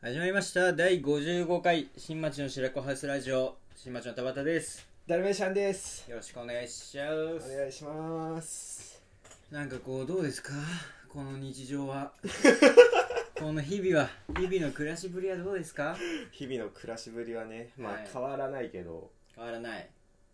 始まりました第55回新町の白子ハウスラジオ、新町の田畑です。 ダルメシャンです。 よろしくお願いしまおす。 願いします。 なんかこうどうですか、この日常はこの日々の暮らしぶりはどうですか？ 日々の暮らしぶりはね、まあはい変わらないけど、 変わらない。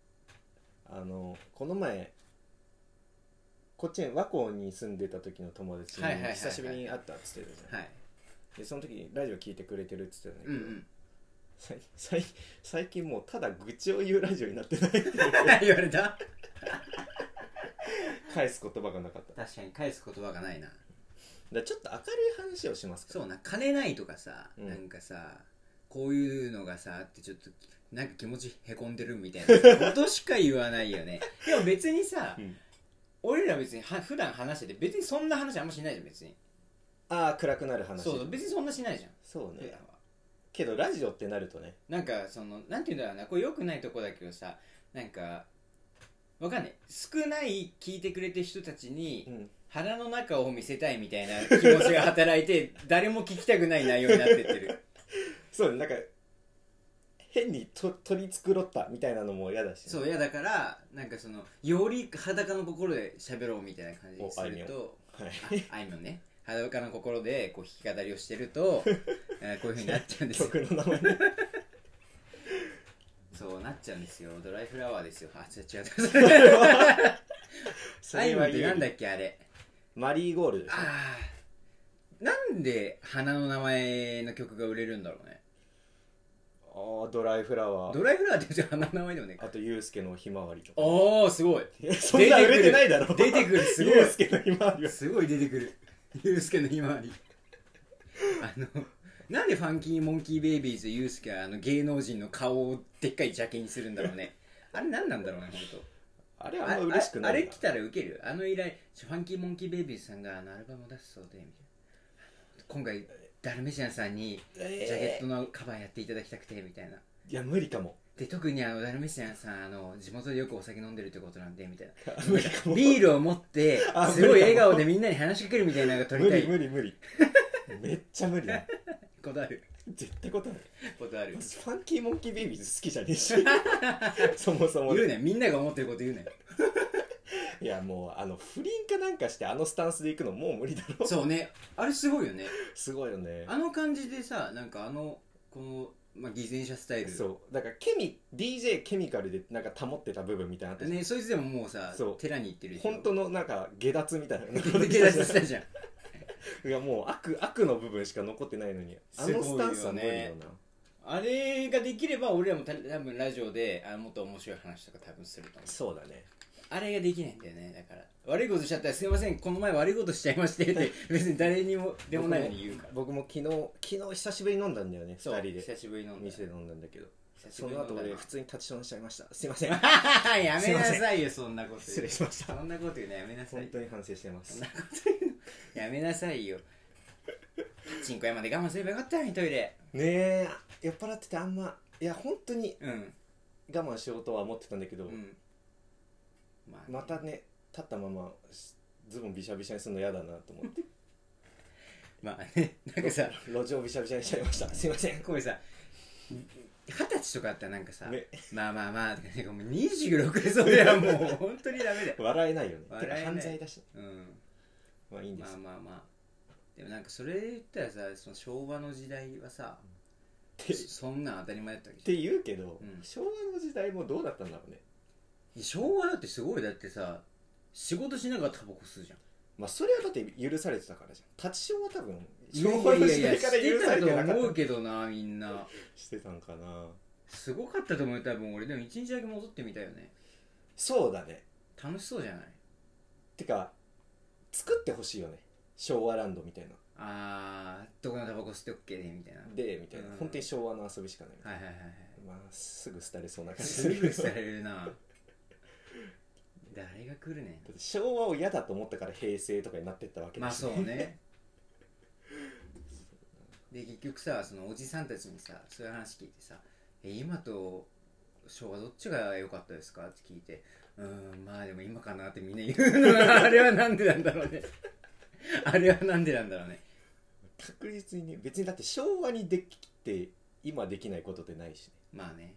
この前こっちに和光に住んでた時の友達にはいはいはいはい久しぶりに会ったっつってたじゃん。 はい。 でその時にラジオ聞いてくれてるっつってたんだけど、 うん最近もうただ愚痴を言うラジオになってないって言われた。 返す言葉がなかった。 確かに返す言葉がないな。 だちょっと明るい話をしますか。 そうな、金ないとかさ、 うんなんかさ、こういうのがさってちょっとなんか気持ちへこんでるみたいなことしか言わないよね。でも別にさ、 うん、 俺ら別に普段話してて別にそんな話あんましないじゃん。別にああ暗くなる話。 そう別にそんなしないじゃん。 そうね。 普段はけどラジオってなるとね、 なんかそのなんていうんだろうな、これ良くないとこだけどさ、なんかわかんない、少ない聞いてくれてる人たちに、 うん、 腹の中を見せたいみたいな気持ちが働いて誰も聞きたくない内容になってってる。 そうなんか変に取り繕ったみたいなのも嫌だし、ね、 そう嫌だから、なんかそのより裸の心で喋ろうみたいな感じにすると、 はい、 あいみょんね、裸の心でこう弾き語りをしてるとこういう風になっちゃうんですよ。 曲の名前ね。 そうなっちゃうんですよ。ドライフラワーですよ。あ、違うそあいみょんってれはいいなんだっけあれ。 マリーゴールドでしょ。 ああ、なんで花の名前の曲が売れるんだろうね。 ああドライフラワー、 ドライフラワーって別に花の名前でもね。 あとユウスケのひまわりとか。 おーすごい。 いやそんな売れてないだろ。 出てくるすごい。 ユウスケのひまわりはすごい出てくる。ユウスケのひまわり。なんでファンキーモンキーベイビーズユウスケは芸能人の顔をでっかい邪気にするんだろうね。あれ何なんだろうね、本当。 あれあんま嬉しくないな。 あれ来たらウケる。依頼、ファンキーモンキーベイビーズさんがアルバムを出すそうでみたいな、今回ダルメシアンさんにジャケットのカバーやっていただきたくてみたいな。 いや無理かも。 で特にダルメシアンさん地元でよくお酒飲んでるってことなんでみたいな。 無理かも。 ビールを持ってすごい笑顔でみんなに話しかけるみたいなのが撮りたい。 無理めっちゃ無理だ。 ことある。 絶対ことある。 ことある。 ファンキーモンキーベイビーズ好きじゃねえしそもそも言うね、みんなが思ってること言うね。 いやもう不倫かなんかしてスタンスで行くのもう無理だろ。 そうね、あれすごいよね。 すごいよね。 感じでさ、なんかこの偽善者スタイル。 そうだからDJ ケミカルでなんか保ってた部分みたいなのあったじゃんね、そいつでももうさそう寺に行ってるでしょ。 本当のなんか下脱みたいな下脱したじゃん。 いやもう悪の部分しか残ってないのにスタンスは無理よな。 あれができれば俺らも多分ラジオでもっと面白い話とか多分すると思う。 そうだね。 あれができないんだよね。だから悪いことしちゃったらすいません、この前悪いことしちゃいましてって別に誰にもでもないように言うから。 僕も昨日久しぶりに飲んだんだよね。 そう 2人で久しぶりに飲んだ。 店で飲んだんだけど、そ久しぶりに飲んだの後俺普通に立ちションしちゃいました。すいませんやめなさいよ、そんなこと言う。 失礼しました。 そんなこと言うのやめなさい。 本当に反省してます。 そんなこと言うのやめなさいよ。チンコ屋まで我慢すればよかったのに、トイレ。 ねえ酔っ払ってていや本当にうん我慢しようとは思ってたんだけど、 うん。 またね立ったままズボンびしゃびしゃにするの嫌だなと思ってまあね、なんかさ、 路上びしゃびしゃにしちゃいました。すいません。 これさ、20歳とかあったらなんかさ、 ねまあなんかもう26でそれはもう本当にダメだよ。 笑えないよね。 笑えないてか犯罪だし。 うん。 まあいいんです。 まあでもなんかそれ言ったらさ、その昭和の時代はさ、 ってそんなん当たり前だったわけってじ言うけど、 うん昭和の時代もどうだったんだろうね。 ゃん。昭和だってすごい、だってさ、仕事しながらタバコ吸うじゃん。 まあそれはだって許されてたからじゃん。立ちションは多分いや昭和の時いや代から許されてなかったしてたと思うけどな、みんな。 してたんかな。 すごかったと思うよ、多分俺。でも一日だけ戻ってみたよね。 そうだね。 楽しそうじゃない？ てか作ってほしいよね、昭和ランドみたいなどこのタバコ吸って OK でみたいな。 でみたいな、 うん本当に昭和の遊びしかないみたいはいはいはいはい。 な。まあすぐ廃れそうな感じすぐされるな。誰が来るねん。 だって昭和を嫌だと思ったから平成とかになってったわけまあだし、 そうね。で結局さ、そのおじさんたちにさ、そういう話聞いてさ、今と昭和どっちが良かったですかって聞いて、まあでも今かなってみんな言うのがあれはなんでなんだろうね。あれはなんでなんだろうね。 確実にね、別にだって昭和にできて今できないことってないしね。 まあね、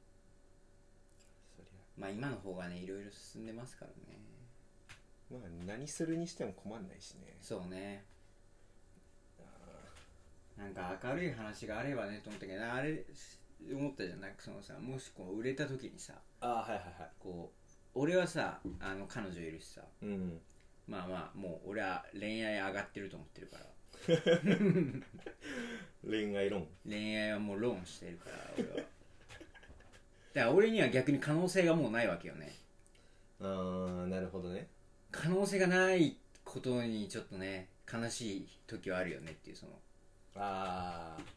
そりまあ今の方がねいろいろ進んでますからね。 ゃまあ何するにしても困んないしね。 そうね、なんか明るい話があればねと思ったけど、あれ思ったじゃん、なんかそのさ、もしこう売れた時にさ、 ああ、はいはいはい。 こう俺はさ、彼女いるしさ、 うんまあまあもう俺は恋愛上がってると思ってるから、 恋愛論。 恋愛はもうローンしてるから俺は。だから俺には逆に可能性がもうないわけよね。 ああ、なるほどね。 可能性がないことにちょっとね悲しい時はあるよねっていう、そのああ、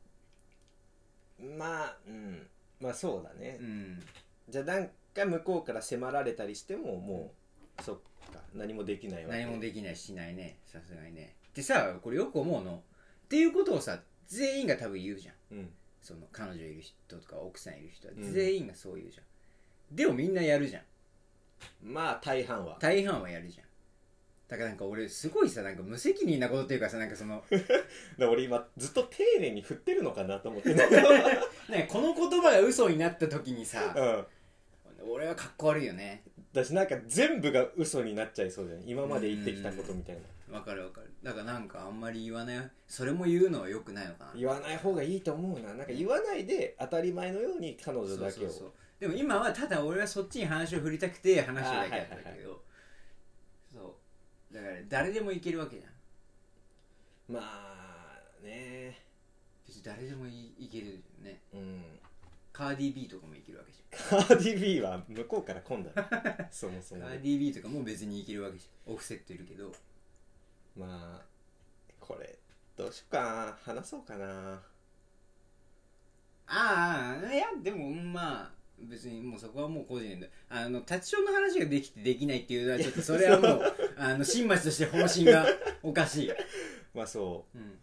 まあまあそうだね、じゃあなんか向こうから迫られたりしてももうそっか何もできないわけ。 何もできないしないね、さすがにね。でさ、これよく思うのっていうことをさ、全員が多分言うじゃん。その彼女いる人とか奥さんいる人は全員がそう言うじゃん、でもみんなやるじゃん。 まあ大半はやるじゃん。だからなんか俺すごいさ、なんか無責任なことっていうかさ、なんかその俺今ずっと丁寧に振ってるのかなと思ってね、この言葉が嘘になった時にさ、俺はかっこ悪いよね。 だしなんか全部が嘘になっちゃいそうじゃん、今まで言ってきたことみたいな。 わかるわかる。だからなんかあんまり言わない、それも言うのは良くないのかな。 言わない方がいいと思うな。なんか言わないで当たり前のように彼女だけを。 そうでも今はただ俺はそっちに話を振りたくて話をだけやったけど、そうだから誰でもいけるわけじゃん。 まあね、 別に誰でもいけるよね。カーディ B とかもいけるわけじゃん。カーディ B は向こうから来んだそもそもカーディ B とかも別にいけるわけじゃん。オフセットいるけど、 まあこれどうしようかな、話そうかな。 いやでもまあ別にもうそこはもう個人で立ちションの話ができてできないっていうのはちょっとそれはもう新町として方針がおかしい。 まあそう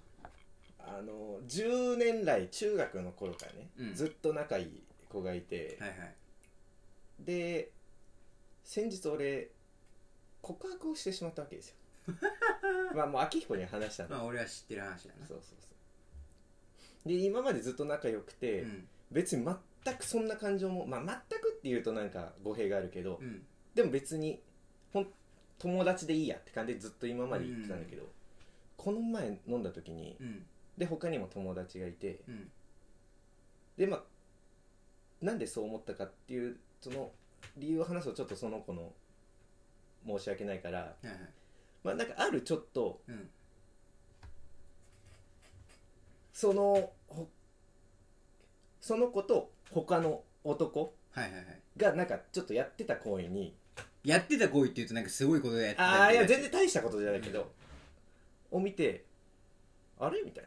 、10年来中学の頃からね、ずっと仲いい子がいて、で先日俺告白をしてしまったわけですよ。まあもう秋彦には話したんだ。 まあ俺は知ってる話だな。 そうで今までずっと仲良くて、別に全くそんな感情も、まあ全くっていうとなんか語弊があるけど、でも別に友達でいいやって感じでずっと今まで言ってたんだけど、この前飲んだ時に、で他にも友達がいて、でまあなんでそう思ったかっていうその理由を話すとちょっとその子の申し訳ないから、まあなんかあるちょっと、その子と他の男がなんかちょっとやってた行為に、 やってた行為っていうとなんかすごいことでやってた。 いや全然大したことじゃないけど、を見てあれみたい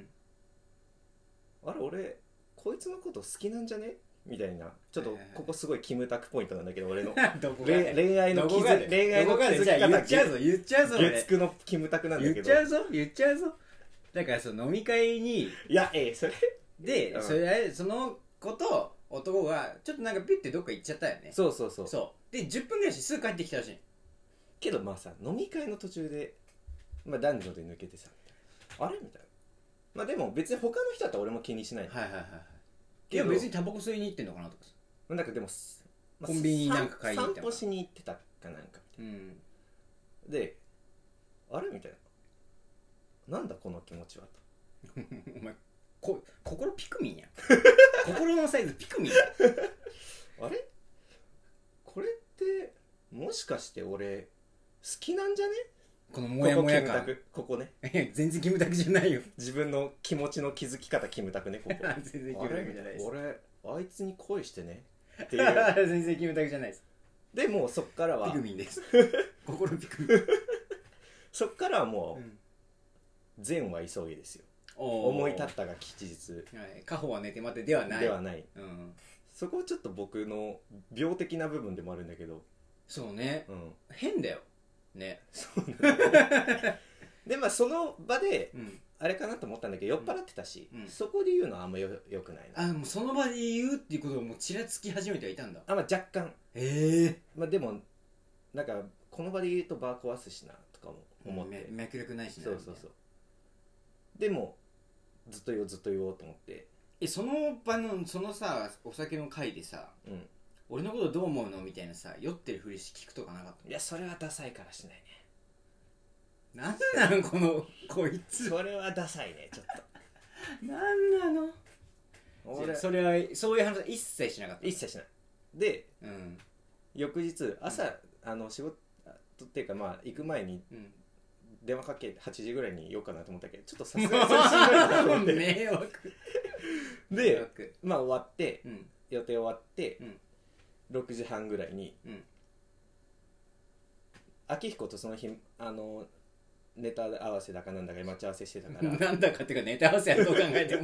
な、あれ俺こいつのこと好きなんじゃねみたいな、ちょっとここすごいキムタクポイントなんだけど俺の恋愛の気づき方、 言っちゃうぞ月9のキムタクなんだけど、 言っちゃうぞ。だからその飲み会に、 いやそれで、その子と男がちょっとなんかピュッてどっか行っちゃったよね。そうで10分ぐらいしてすぐ帰ってきたらしいけど、まあさ飲み会の途中で、まあ、男女で抜けてさ、あれみたいな、まあでも別に他の人だったら俺も気にしない。 いや別にタバコ吸いに行ってんのかなとかさ、 なんかでも、 コンビニなんか買いに行って散歩しに行ってたかなんかみたいな、であれみたいな、なんだこの気持ちはとお前心ピクミンや心のサイズピクミンあれこれってもしかして俺好きなんじゃね、 このモヤモヤ感、 ここね全然キムタクじゃないよ。 自分の気持ちの気づき方キムタクねここ全然キムタクじゃないです。 俺あいつに恋してねっていう全然キムタクじゃないです。 でもうそっからはピクミンです心ピクミンそっからはもう善は急ぎですよ。思い立ったが吉日、 家宝は寝て待てではない、 そこはちょっと僕の病的な部分でもあるんだけど、 そうね、変だよね。 そうでまあその場で、あれかなと思ったんだけど酔っ払ってたし、そこで言うのはあんまよくないな。 もうその場で言うっていうことをもうちらつき始めてはいたんだ。 まあ若干まあでもなんかこの場で言うとバー壊すしなとかも思って、 脈絡ないしな。 そうでもずっと言おうずっと言おうと思って、 その場のそのさお酒の会でさ、俺のことどう思うのみたいなさ酔ってるふりして聞くとかなかった？ いやそれはダサいからしないね。 なんなのこいつ。 それはダサいねちょっとなんなの。俺それはそういう話一切しなかった。 一切しないで、翌日朝、仕事っていうかまあ行く前に電話かけ8時ぐらいに言おうかなと思ったけど、ちょっとさすがにそれしんどいなと思って迷惑でまあ終わって、予定終わって、6時半ぐらいに、明彦とその日ネタ合わせだかなんだか待ち合わせしてたからなんだかっていうかネタ合わせはどう考えても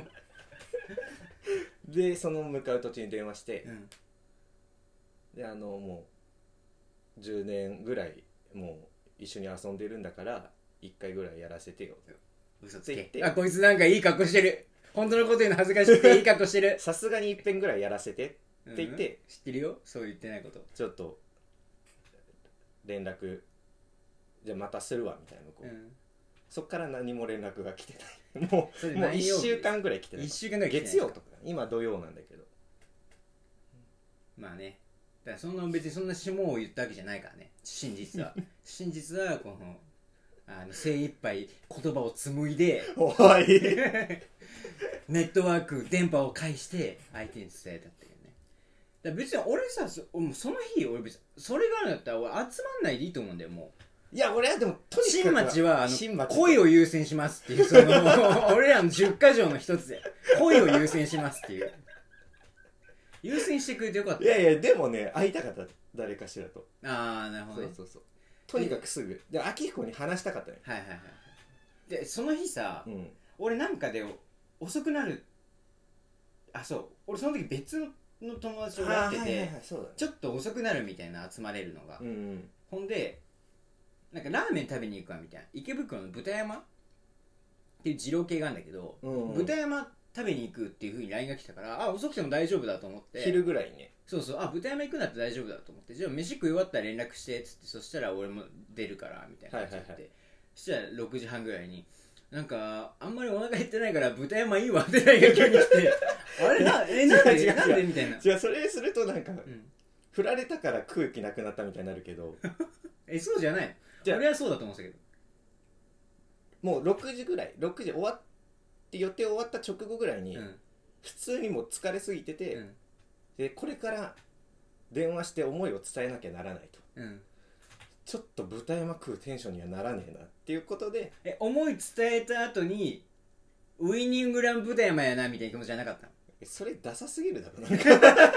でその向かう途中に電話して、でもう10年ぐらいもう一緒に遊んでるんだから1回ぐらいやらせてよ。 嘘つけ。あ、こいつなんかいい格好してる。本当のこと言うの恥ずかしくていい格好してる。 さすがに一遍ぐらいやらせてって言って、 知ってるよそう言ってないこと。 ちょっと連絡じゃあまたするわみたいな向こう、そっから何も連絡が来てないもう1週間ぐらい来てない。 1週間ぐらい来てない。 月曜とか今土曜なんだけど、 まあね、だからそんな別にそんな下を言ったわけじゃないからね。真実は真実はこの精一杯言葉を紡いでおいネットワーク電波を介して相手に伝えたっていうね。だから別に俺さその日俺別にそれがあるんだったら俺集まんないでいいと思うんだよ。もういや俺はでもとにかく新町は恋を優先しますっていうその俺らの10か条の一つで恋を優先しますっていう優先してくれてよかった。 いやいやでもね会いたかった誰かしらと。 ああなるほどね。 そうとにかくすぐで明彦に話したかったね。 はいはいはい。でその日さ、俺なんかで遅くなるそう俺その時別の友達とやってて、ちょっと遅くなるみたいな集まれるのが、ほんでなんかラーメン食べに行くわみたいな、池袋の豚山っていう二郎系があるんだけど、豚山食べに行くっていう風に LINE が来たから、遅くても大丈夫だと思って、 昼ぐらいにね、 そう豚山行くんだって大丈夫だと思って、じゃあ飯食い終わったら連絡してっつって、そしたら俺も出るからみたいな感じで、そしたら6時半ぐらいになんかあんまりお腹減ってないから豚山いいわって LINE が急に来てあれなんでみたいな。 違うそれするとなんか、振られたから空気なくなったみたいになるけどそうじゃないの。俺はそうだと思うんですけど、もう6時ぐらい6時終わって予定終わった直後ぐらいに、普通にもう疲れすぎてて、でこれから電話して思いを伝えなきゃならないと、ちょっと豚山食うテンションにはならねえなっていうことで、 思い伝えた後にウイニングラン豚山やなみたいな気持ちじゃなかったの？ それダサすぎるだろなんか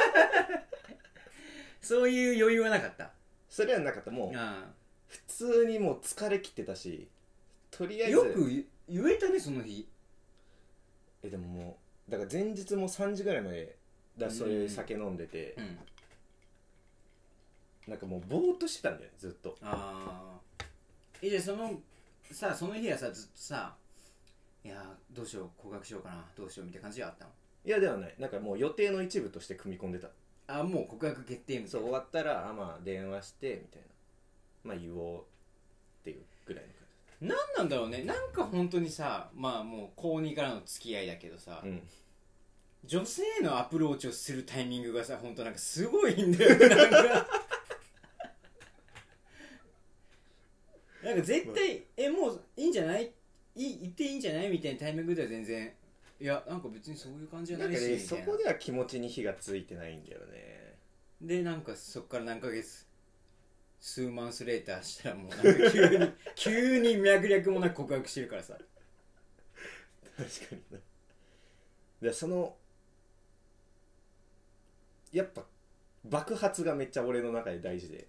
そういう余裕はなかった？ それはなかった。もう普通にもう疲れ切ってたし、とりあえずよく言えたねその日。 でももうだから前日も3時ぐらいまでそれ酒飲んでて、なんかもうぼーっとしてたんだよずっと。 じゃあその日はさずっとさ、いやどうしよう告白しようかなどうしようみたいな感じがあったの？ いやではない。なんかもう予定の一部として組み込んでた。 もう告白決定みたいな。 そう終わったらまあ電話してみたいな、まあ言おうっていうぐらいの感じ。なんなんだろうね。なんか本当にさ、まあもう高2からの付き合いだけどさ、女性へのアプローチをするタイミングがさ本当なんかすごいんだよねなんかなんか絶対もういいんじゃない言っていいんじゃないみたいなタイミングでは全然いやなんか別にそういう感じじゃないし、 なんかね、そこでは気持ちに火がついてないんだよね。 でなんかそっから何ヶ月数万スレーターしたらもうなんか急に脈略もなく告白してるからさ確かにな。でそのやっぱ爆発がめっちゃ俺の中で大事で、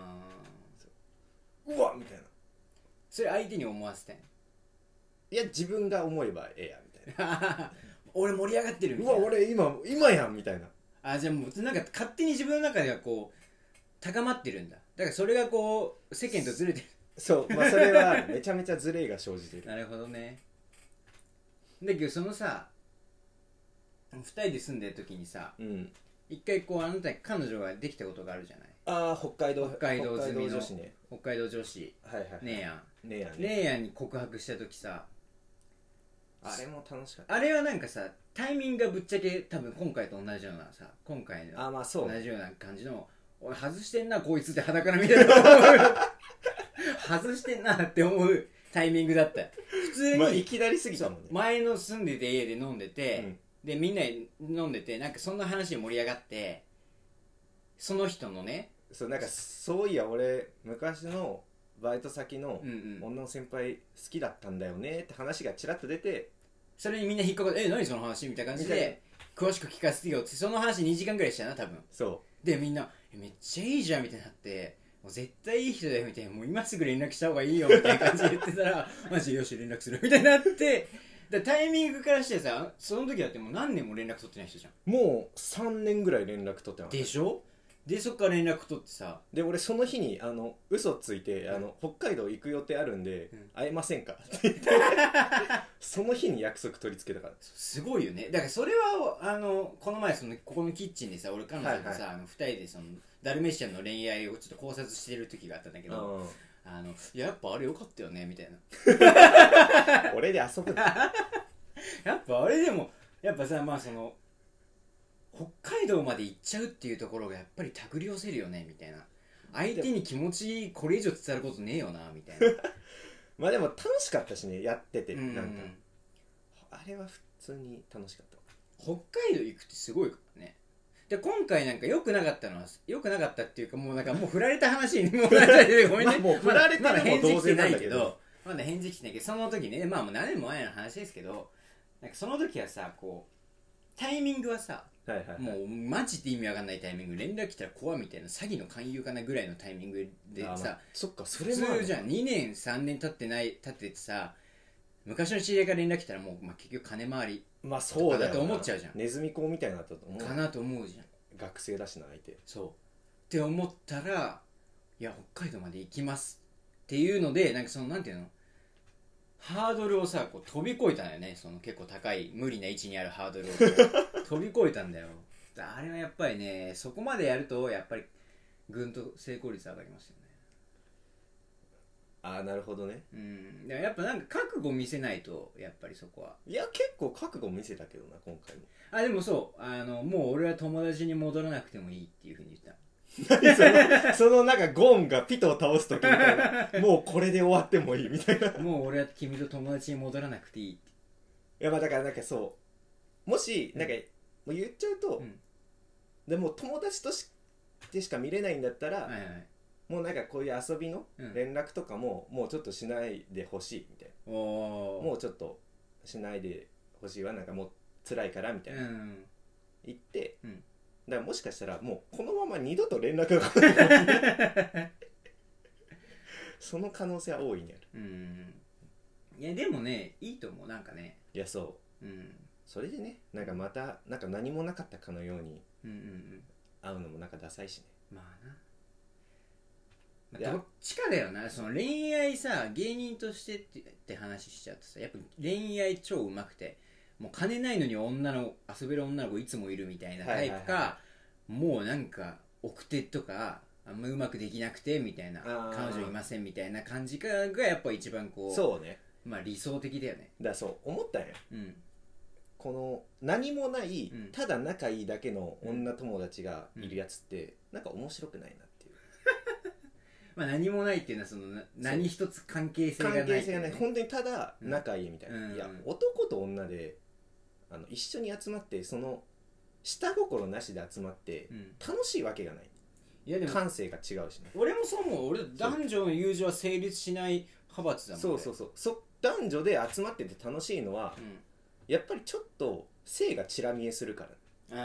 うわみたいな。 それ相手に思わせたいの？ いや自分が思えばええやみたいな俺盛り上がってるみたいな。 うわ俺今やんみたいな。 じゃあもうなんか勝手に自分の中ではこう高まってるんだ。だからそれがこう世間とずれてるそうまあそれはめちゃめちゃズレが生じてるなるほどね。だけどそのさ2人で住んでる時にさ、一回こうあなたに彼女ができたことがあるじゃない。北海道済みの女子ね。 北海道女子、ねえやんに告白した時さ、 あれも楽しかった。 あれはなんかさタイミングがぶっちゃけ多分今回と同じようなさ、今回のまあそう同じような感じの俺外してんなこいつって裸から見てる外してんなって思うタイミングだった。普通に、 いきなりすぎたもんね。 前の住んでて家で飲んでて、でみんなで飲んでてなんかそんな話で盛り上がって、その人のね、 なんかそういや俺昔のバイト先の女の先輩好きだったんだよねって話がちらっと出て、 それにみんな引っかかって何その話みたいな感じで詳しく聞かせてよって、その話2時間ぐらいしたな多分。 そうでみんなめっちゃいいじゃんみたいになって、もう絶対いい人だよみたいな、もう今すぐ連絡した方がいいよみたいな感じで言ってたらマジでよし連絡するみたいになって、タイミングからしてさ、その時だってもう何年も連絡取ってない人じゃん。 もう3年ぐらい連絡取ってなかったでしょ。でそっから連絡取ってさ、 で俺その日に嘘ついて北海道行く予定あるんで、会えませんかって言ってその日に約束取り付けたから。 すごいよね。だからそれはこの前ここのキッチンでさ、俺彼女とさ、2人でダルメシアンの恋愛をちょっと考察してる時があったんだけど、やっぱあれ良かったよねみたいな俺で遊ぶのやっぱあれでもやっぱさ、まあ北海道まで行っちゃうっていうところがやっぱり手繰り寄せるよねみたいな、相手に気持ちこれ以上伝わることねえよなみたいなまあでも楽しかったしね、やってて、なんかあれは普通に楽しかった。 北海道行くってすごいからね。で今回なんか良くなかったのは、良くなかったっていうか、もうなんかもう振られた話にもうなっちゃってごめんねもう振られてるも同然なんだけど、 まだ返事来てないけど、その時ね、まあもう何年も前の話ですけど、なんかその時はさ、こうタイミングはさ、もうマジで意味わかんないタイミング、連絡来たら怖みたいな、詐欺の勧誘かなぐらいのタイミングでさ、 そっか、それも普通じゃん。2年3年経っててさ、昔の知り合いから連絡来たらもう、結局金回りそうだと思っちゃうじゃん。 ネズミ講みたいになったと思うかなと思うじゃん。 学生だしな相手。 そうって思ったら、いや北海道まで行きますっていうので、なんかなんていうの、ハードルをさこう飛び越えたんだよね。結構高い無理な位置にあるハードルを飛び越えたんだよ。あれはやっぱりね、そこまでやるとやっぱりぐんと成功率上がりますよね。 なるほどね。 でもやっぱなんか覚悟見せないと、やっぱりそこは。 いや結構覚悟見せたけどな今回も。 でもそうもう俺は友達に戻らなくてもいいっていうふうに言った。 そのなんかゴーンがピトを倒す時みたいなもうこれで終わってもいいみたいなもう俺は君と友達に戻らなくていいって。 いやだからなんかもしなんかもう言っちゃうと、でも友達としてしか見れないんだったら、もうなんかこういう遊びの連絡とかももうちょっとしないでほしいみたいな、もうちょっとしないでほしいわ、なんかもう辛いからみたいな、言って、だからもしかしたらもうこのまま二度と連絡が来ないその可能性は大いにある。 いやでもね、いいと思う。なんかね、 いやそう、それでね、なんかまたなんか何もなかったかのように会うのもなんかダサいしね。 まあな、どっちかだよな。恋愛さ、芸人としてって話しちゃうとさ、やっぱ恋愛超うまくて、もう金ないのに遊べる女の子いつもいるみたいなタイプか、もうなんか奥手とかあんまうまくできなくてみたいな、彼女いませんみたいな感じかがやっぱ一番こう、 そうね、 まあ理想的だよね。 だからそう思ったんや、この何もない、ただ仲いいだけの女友達がいるやつって、なんか面白くないなっていうまあ何もないっていうのは何一つ関係性がない、 関係性がない、本当にただ仲いいみたいな、いや男と女で一緒に集まって下心なしで集まって楽しいわけがない。いやでも感性が違うしね。 俺もそう思う。俺男女の友情は成立しない派閥だもんね。 そう男女で集まってて楽しいのは、やっぱりちょっと性がチラ見えするから。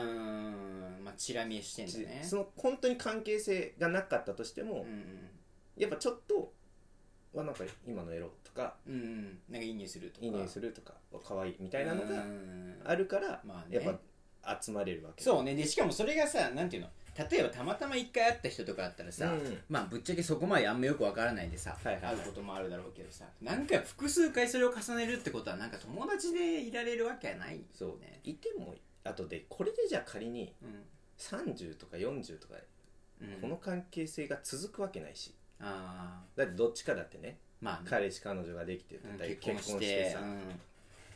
まあチラ見えしてんだね。 本当に関係性がなかったとしても、やっぱちょっとなんか今のエロとか、 なんかいい匂いするとか、 いい匂いするとか可愛いみたいなのがあるから、やっぱ集まれるわけ。 そうね。でしかもそれがさ、なんていうの、例えばたまたま一回会った人とかあったらさ、まあぶっちゃけそこまであんまよくわからないでさ、会うこともあるだろうけどさ、なんか複数回それを重ねるってことは、なんか友達でいられるわけはない。 そうね。いても後でこれでじゃあ仮に30とか40とかこの関係性が続くわけないし、だってどっちかだってね、彼氏彼女ができて結婚してさ、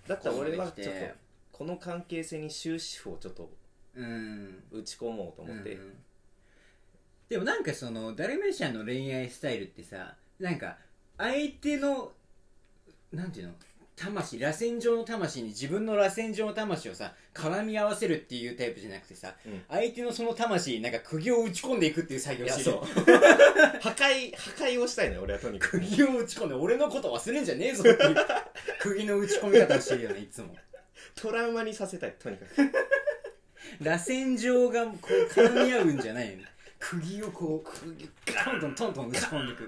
だったら俺はちょっとこの関係性に終止符をちょっと打ち込もうと思って、 でもなんかそのダルメシャンの恋愛スタイルってさ、なんか相手のなんていうの魂、螺旋状の魂に自分の螺旋状の魂をさ絡み合わせるっていうタイプじゃなくてさ、相手のその魂になんか釘を打ち込んでいくっていう作業をしてる。 破壊をしたいのよ俺は。とにかく釘を打ち込んで俺のこと忘れんじゃねえぞっていう釘の打ち込み方をしてるよねいつも。 トラウマにさせたいとにかく螺旋状がこう絡み合うんじゃないよね。釘をこうガントントントン打ち込んでいく。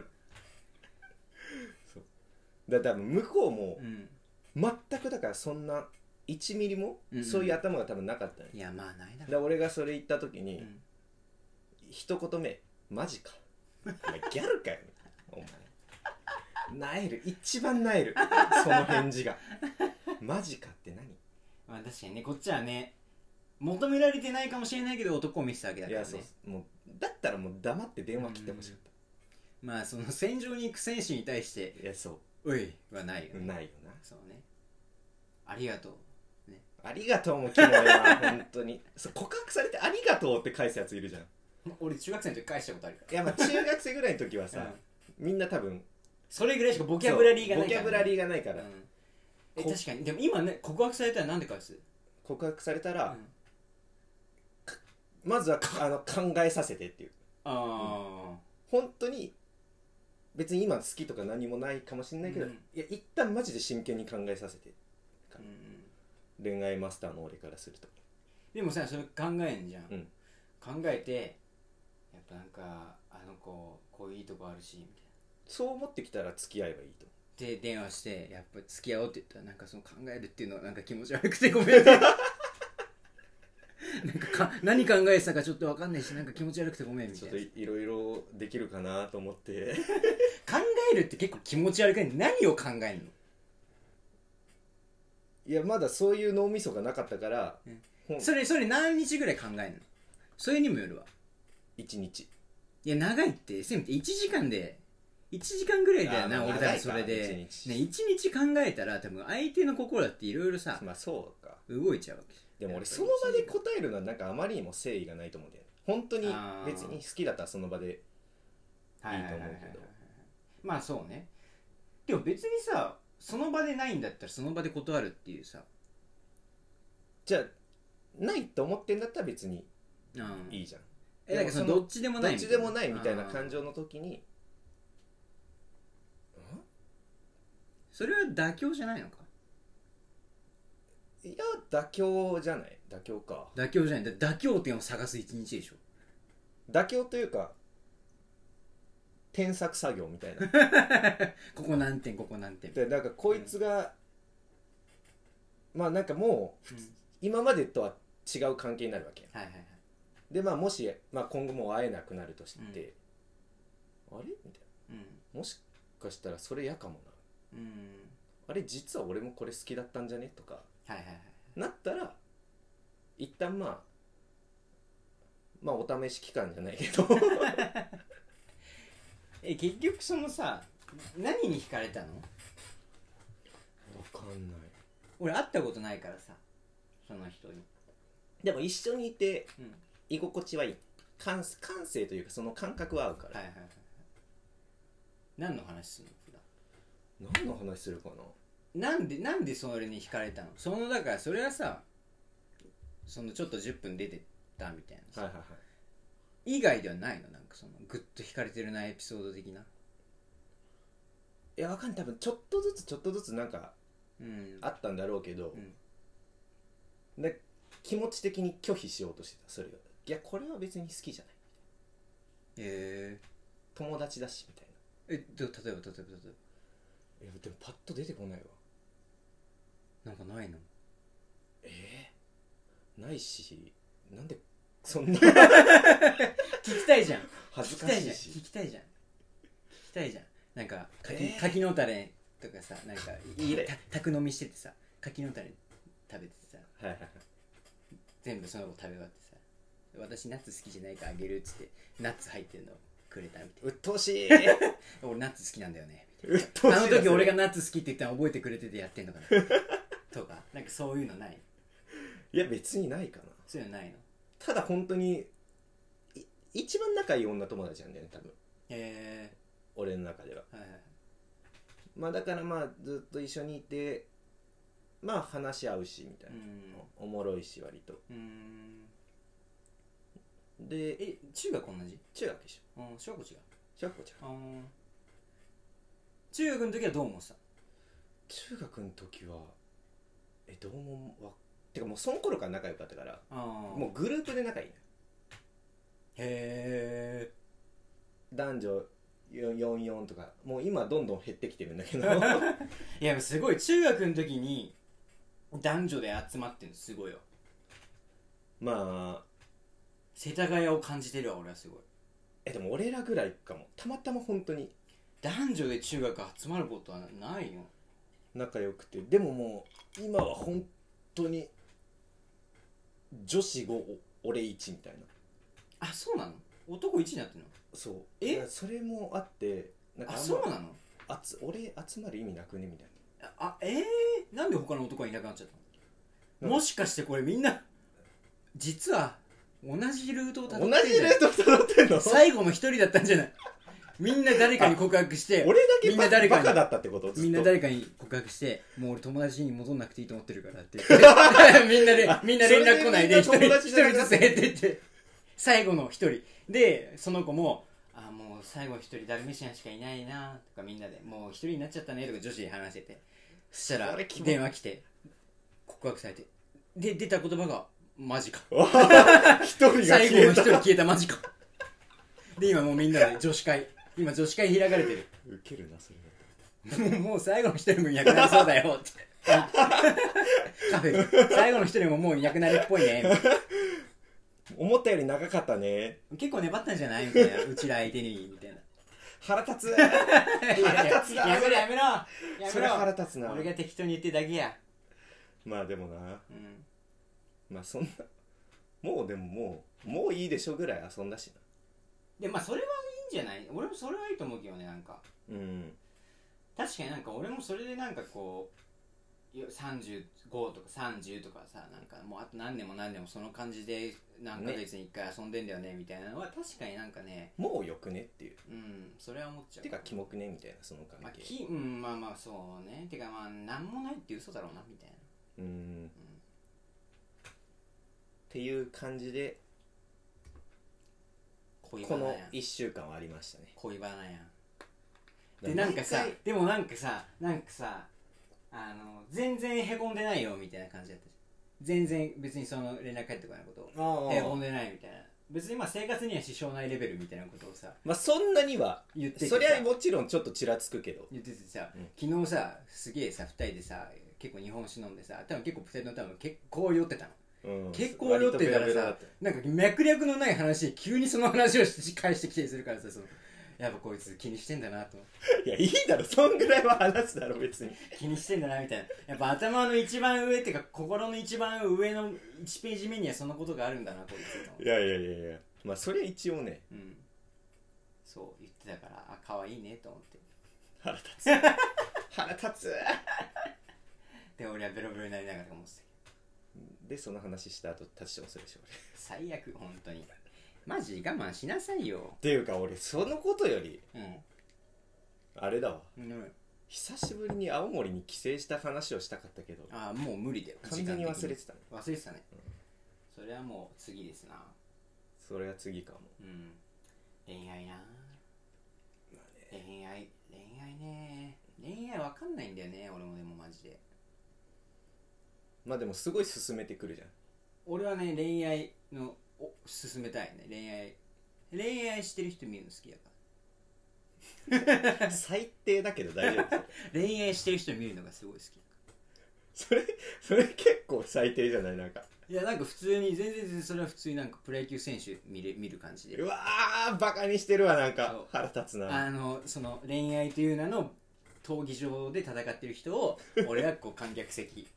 だから多分向こうも、全くだからそんな1ミリもそういう頭が多分なかったの、 いやまあないだろう。 だから俺がそれ言った時に、一言目マジかお前ギャルかよお前なえる、一番なえるその返事がマジかって何。 まあ確かにね、こっちはね求められてないかもしれないけど男を見せたわけだからね。 いやそうもうだったらもう黙って電話切ってほしかった。 まあその戦場に行く選手に対していやそうおいはないよね。 ないよな。 そうね、ありがとう、ね、 ありがとうもキモいわ本当にそう告白されてありがとうって返すやついるじゃん。 俺中学生の時返したことあるから。 いやまあ中学生ぐらいの時はさ、みんな多分それぐらいしかボキャブラリーがないから、ね、 ボキャブラリーがないから、 確かに。でも今ね告白されたらなんで返す？ 告白されたら、まずは考えさせてっていう。本当に別に今好きとか何もないかもしれないけど、いや一旦マジで真剣に考えさせて、恋愛マスターの俺からすると。 でもさそれ考えんじゃん、考えてやっぱなんかあの子こういういいとこあるしみたいな、 そう思ってきたら付き合えばいいと。 で電話してやっぱ付き合おうって言ったらなんかその考えるっていうのはなんか気持ち悪くてごめんねなんか何考えてたかちょっと分かんないしなんか気持ち悪くてごめんみたいな。 ちょっといろいろできるかなと思って考えるって結構気持ち悪くない？何を考えんの？ いやまだそういう脳みそがなかったから、 それ何日ぐらい考えんの？それにもよるわ。 1日。 いや長いって、せめて1時間で1時間ぐらいだよな。俺多分それで1日考えたら多分相手の心だっていろいろさ、 まあそうか、 動いちゃうわけ。 でも俺その場で答えるのはなんかあまりにも誠意がないと思うんだよね。本当に別に好きだったらその場でいいと思うけど、 まあそうね。でも別にさその場でないんだったらその場で断るっていうさ、 じゃあないと思ってんだったら別にいいじゃん。 だからそのどっちでもないみたいな感情の時に、 それは妥協じゃないのか？ いや妥協じゃない。妥協か。 妥協じゃない。妥協点を探す一日でしょ。 妥協というか添削作業みたいなここ何点ここ何点で、なんかこいつが、まあなんかもう、今までとは違う関係になるわけ、でまあもし、まあ、今後もう会えなくなるとして、あれみたいな、もしかしたらそれ嫌かもな、あれ実は俺もこれ好きだったんじゃねとか、なったら一旦まあお試し期間じゃないけど結局そのさ何に惹かれたの？ 分かんない。 俺会ったことないからさその人に。 でも一緒にいて居心地はいい。感性というかその感覚は合うから。 何の話するの普段？ 何の話するかな。 なんでそれに惹かれたの？そのだからそれはさそのちょっと10分出てったみたいなさ、以外ではないの？なんかそのグッと惹かれてるなエピソード的な。 いやわかんない。多分ちょっとずつなんかあったんだろうけど、で気持ち的に拒否しようとしてた。それがいやこれは別に好きじゃない。友達だしみたいな。 例えばいやでもパッと出てこないわ。 なんかないの？ ないし、なんでそんな聞きたいじゃん。 恥ずかしいし聞きたいじゃん。なんか柿の種とかさ、なんか宅飲みしててさ、柿の種食べててさ、全部その子食べ終わってさ、私ナッツ好きじゃないからあげるっつってナッツ入ってるのくれたみたいな。 うっとうしい俺ナッツ好きなんだよねみたいな。あの時俺がナッツ好きって言ったの覚えてくれててやってんのかなとかなんかそういうのない？ いや別にないかな。 そういうのないの？ ただ本当に一番仲いい女友達なんだよね多分。俺の中では、はいはい、まあだからまあずっと一緒にいてまあ話し合うしみたいな、おもろいし割と。で中学同じ？ 中学一緒。 小学校違う？ 小学校違う。 中学の時はどう思ってた？ 中学の時はどうもてかもうその頃から仲良かったからもうグループで仲いいのよ。 へえ。 男女44とかもう今どんどん減ってきてるんだけどいやすごい中学の時に男女で集まってるのすごいよ。 まあ世田谷を感じてるわ俺はすごい。 でも俺らぐらいかも。たまたま本当に男女で中学集まることはないよ。 仲良くて。でももう今は本当に女子5俺1みたいな。 あ、そうなの？男1になってんの？ そう。それもあってなんかそうなの？ 俺集まる意味なくねみたいな。なんで他の男がいなくなっちゃったの？もしかしてこれみんな実は同じルートをたどってんじゃん。 同じルートたどってんの？ 最後の一人だったんじゃない？みんな誰かに告白して俺だけバカだったってこと？ みんな誰かに告白してもう俺友達に戻んなくていいと思ってるからって言ってみんな連絡来ないで一人ずつ減ってって最後の一人でその子ももう最後一人ダルメシアンしかいないなとかみんなでもう一人になっちゃったねとか女子に話してて、そしたら電話来て告白されてで出た言葉がマジか一人が最後の一人消えたマジかで今もうみんなで女子会今女子会開かれてる。 ウケるなそれもう最後の一人もいなくなりそうだよってカフェ最後の一人ももういなくなるっぽいね思ったより長かったね結構粘ったんじゃないみたいなうちら相手にみたいな腹立つ腹立つなやめろそれ腹立つな。 俺が適当に言ってるだけや。 まあでもな、まあそんなもうでももういいでしょぐらい遊んだしな。 でまあそれはいいんじゃない？俺もそれはいいと思うけどね。なんか確かになんか俺もそれでなんかこう35とか30とかさなんかもうあと何年もその感じで何ヶ月に1回遊んでんだよねみたいなのは確かになんかねもうよくねっていうそれは思っちゃう。 てかキモくねみたいなその関係、 まあまあそうね。てかまあ何もないって嘘だろうなみたいなっていう感じでこの1週間はありましたね。 恋バナやん。でなんかさでもなんかさ全然へこんでないよみたいな感じだったじゃん。全然別にその連絡返ってこないことをへこんでないみたいな、別にまあ生活には支障ないレベルみたいなことをさまあそんなには言っててそりゃもちろんちょっとちらつくけど言っててさ、昨日さすげえさ2人でさ結構日本酒飲んでさ多分結構2人の多分結構酔ってたの。結構酔ってたらさなんか脈略のない話で急にその話を返してきたりするからさやっぱこいつ気にしてんだなと思って。 いやいいだろそんぐらいは話すだろ別に気にしてんだなみたいな。やっぱ頭の一番上っていうか心の一番上の1ページ目にはそんなことがあるんだなこいつ。 いやまあそれ一応ねそう言ってたから可愛いねと思って腹立つ腹立つで俺はベロベロになりながら思ってたけどでその話した後立ちションするでしょ最悪本当にマジ我慢しなさいよ。 っていうか俺そのことよりあれだわ、久しぶりに青森に帰省した話をしたかったけどもう無理だよ。 完全に忘れてたね。 忘れてたね、それはもう次ですな。 それは次かも。 恋愛な、恋愛ね。恋愛わかんないんだよね俺も。でもマジでまあでもすごい進めてくるじゃん。 俺はね恋愛の進めたいね。恋愛してる人見るの好きだから最低だけど大丈夫恋愛してる人見るのがすごい好き。 それ結構最低じゃない？なんかいやなんか普通に全然それは普通になんかプロ野球選手見る感じで。 うわーバカにしてるわ。なんか腹立つな。 その恋愛という名の闘技場で戦ってる人を俺はこう観客席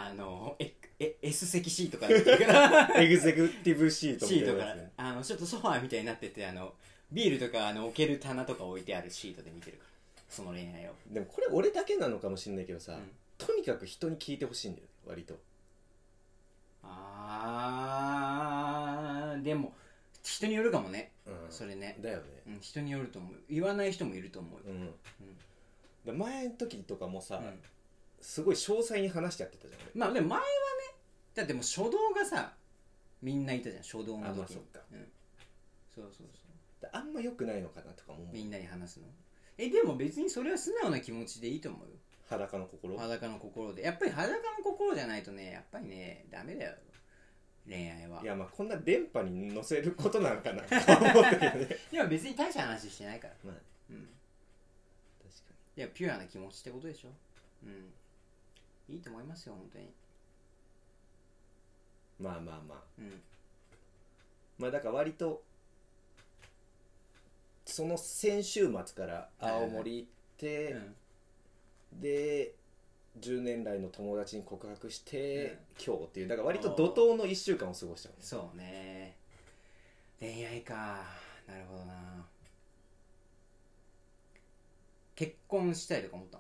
S 席シートからエグゼクティブシートみたいなやつ、ね、 ちょっとソファーみたいになっててビールとか置ける棚とか置いてあるシートで見てるからその恋愛を。 でもこれ俺だけなのかもしれないけどさ、 とにかく人に聞いてほしいんだよ割と。 でも人によるかもね、 うん、 それね。 だよね、 うん、人によると思う。言わない人もいると思うよ。 うん、で前の時とかもさ、すごい詳細に話してやってたじゃん。 まあでも前はね、だってもう初動がさみんないたじゃん、初動の時に。 まあそっか、 そうあんま良くないのかなとかも思う。 みんなに話すの。でも別にそれは素直な気持ちでいいと思うよ。 裸の心で、やっぱり裸の心じゃないとね、やっぱりねダメだよ、恋愛は。 いやまあこんな電波に乗せることなのかなと思ったけどねでも別に大した話してないから。 まあ、 確かに。 いやピュアな気持ちってことでしょ。いいと思いますよ本当に。 まあまあだから割とその先週末から青森行って、で10年来の友達に告白して、今日っていう、だから割と怒涛の1週間を過ごした、ね、 そうね。恋愛か、なるほどな。結婚したいとか思った？